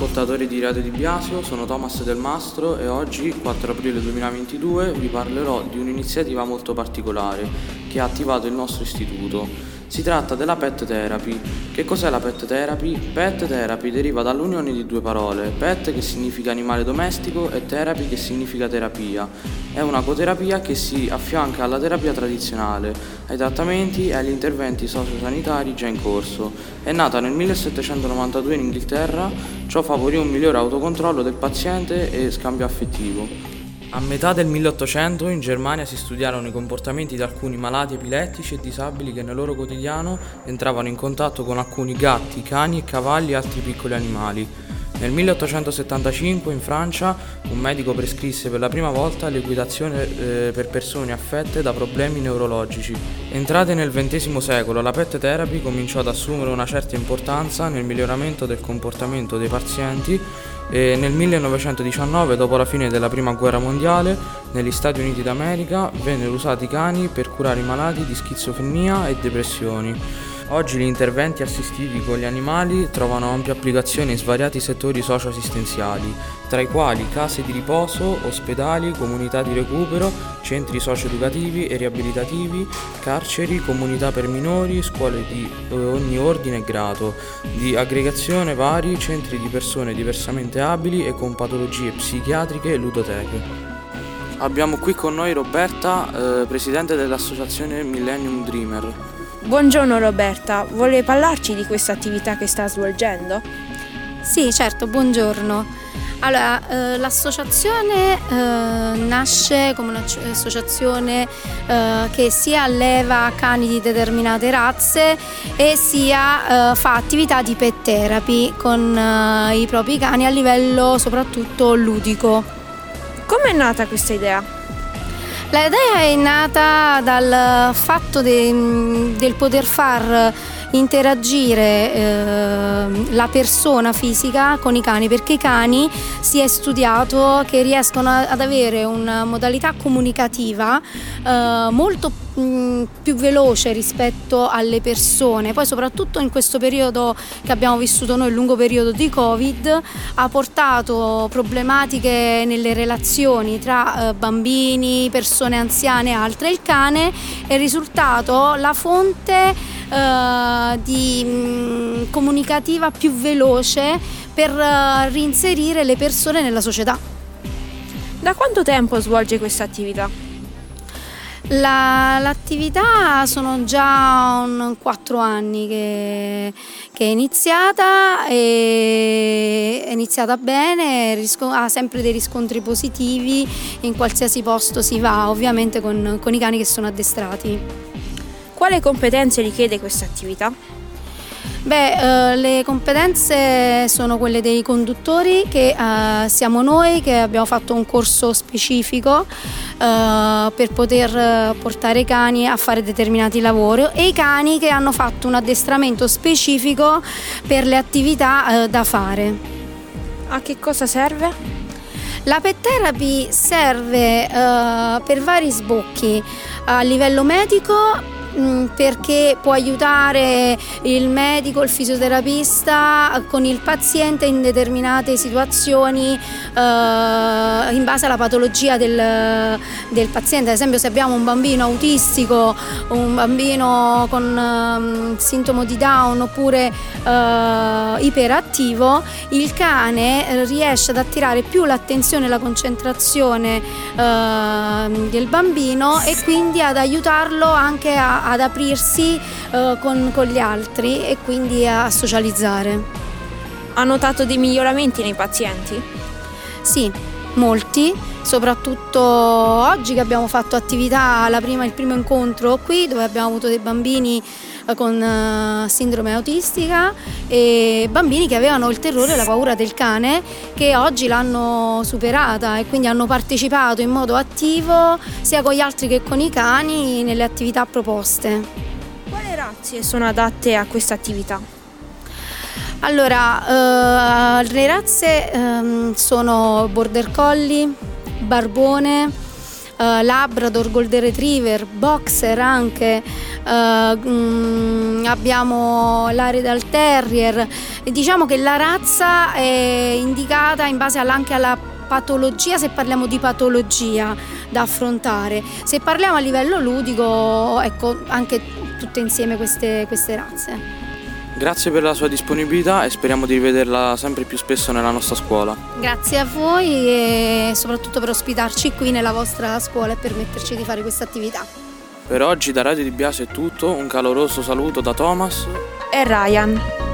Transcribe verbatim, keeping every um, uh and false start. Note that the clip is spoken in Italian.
ascoltatori di Radio Di Biasio, sono Thomas Del Mastro e oggi, quattro aprile duemilaventidue, vi parlerò di un'iniziativa molto particolare che ha attivato il nostro istituto. Si tratta della Pet Therapy. Che cos'è la Pet Therapy? Pet Therapy deriva dall'unione di due parole, pet che significa animale domestico e therapy che significa terapia. È una coterapia che si affianca alla terapia tradizionale, ai trattamenti e agli interventi sociosanitari già in corso. È nata nel millesettecentonovantadue in Inghilterra, ciò favorì un migliore autocontrollo del paziente e scambio affettivo. A metà del milleottocento in Germania si studiarono i comportamenti di alcuni malati epilettici e disabili che nel loro quotidiano entravano in contatto con alcuni gatti, cani, cavalli e altri piccoli animali. Nel milleottocentosettantacinque in Francia un medico prescrisse per la prima volta l'equitazione eh, per persone affette da problemi neurologici. Entrate nel ventesimo secolo, la Pet Therapy cominciò ad assumere una certa importanza nel miglioramento del comportamento dei pazienti e nel millenovecentodiciannove, dopo la fine della Prima Guerra Mondiale, negli Stati Uniti d'America vennero usati i cani per curare i malati di schizofrenia e depressioni. Oggi gli interventi assistiti con gli animali trovano ampia applicazione in svariati settori socio-assistenziali, tra i quali case di riposo, ospedali, comunità di recupero, centri socio-educativi e riabilitativi, carceri, comunità per minori, scuole di ogni ordine e grado, di aggregazione vari, centri di persone diversamente abili e con patologie psichiatriche e ludoteche. Abbiamo qui con noi Roberta, eh, presidente dell'associazione Millennium Dreamer. Buongiorno Roberta, vuole parlarci di questa attività che sta svolgendo? Sì, certo, buongiorno. Allora, eh, l'associazione eh, nasce come un'associazione eh, che sia alleva cani di determinate razze e sia eh, fa attività di pet therapy con eh, i propri cani a livello soprattutto ludico. Come è nata questa idea? L'idea è nata dal fatto de, del poter far interagire eh, la persona fisica con i cani, perché i cani si è studiato che riescono ad avere una modalità comunicativa eh, molto mh, più veloce rispetto alle persone. Poi soprattutto in questo periodo che abbiamo vissuto noi, il lungo periodo di Covid, ha portato problematiche nelle relazioni tra eh, bambini, persone anziane e altre. Il cane è risultato la fonte Uh, di mh, comunicativa più veloce per uh, reinserire le persone nella società. Da quanto tempo svolge questa attività? La, l'attività sono già un quattro anni che, che è iniziata e è iniziata bene, risco, ha sempre dei riscontri positivi in qualsiasi posto si va, ovviamente con, con i cani che sono addestrati. Quali competenze richiede questa attività? Beh, eh, le competenze sono quelle dei conduttori, che eh, siamo noi che abbiamo fatto un corso specifico eh, per poter portare i cani a fare determinati lavori, e i cani che hanno fatto un addestramento specifico per le attività eh, da fare. A che cosa serve? La pet therapy serve eh, per vari sbocchi a livello medico, perché può aiutare il medico, il fisioterapista con il paziente in determinate situazioni eh, in base alla patologia del, del paziente. Ad esempio, se abbiamo un bambino autistico, un bambino con um, sintomo di Down oppure uh, iperattivo, il cane riesce ad attirare più l'attenzione e la concentrazione uh, del bambino e quindi ad aiutarlo anche a ad aprirsi uh, con, con gli altri e quindi a socializzare. Ha notato dei miglioramenti nei pazienti? Sì, molti, soprattutto oggi che abbiamo fatto attività, la prima, il primo incontro qui dove abbiamo avuto dei bambini uh, con uh, sindrome autistica e bambini che avevano il terrore e la paura del cane, che oggi l'hanno superata e quindi hanno partecipato in modo attivo sia con gli altri che con i cani nelle attività proposte. Quali razze sono adatte a questa attività? Allora, uh, le razze um, sono border collie, barbone, eh, Labrador, Golden Retriever, Boxer anche, eh, mh, abbiamo l'Airedale Terrier. E diciamo che la razza è indicata in base anche alla patologia, se parliamo di patologia da affrontare. Se parliamo a livello ludico, ecco, anche tutte insieme queste, queste razze. Grazie per la sua disponibilità e speriamo di rivederla sempre più spesso nella nostra scuola. Grazie a voi e soprattutto per ospitarci qui nella vostra scuola e permetterci di fare questa attività. Per oggi da Radio Di Biase è tutto, un caloroso saluto da Thomas E Ryan.